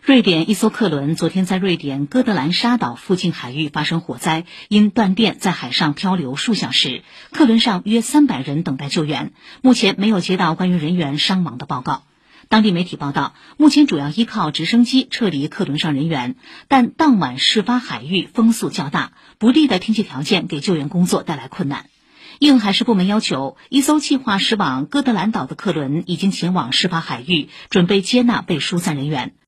瑞典一艘客轮昨天在瑞典哥德兰沙岛附近海域发生火灾，因断电在海上漂流数小时，客轮上约300人等待救援，目前没有接到关于人员伤亡的报告。当地媒体报道，目前主要依靠直升机撤离客轮上人员，但当晚事发海域风速较大，不利的天气条件给救援工作带来困难。应海事部门要求，一艘计划驶往哥德兰岛的客轮已经前往事发海域，准备接纳被疏散人员。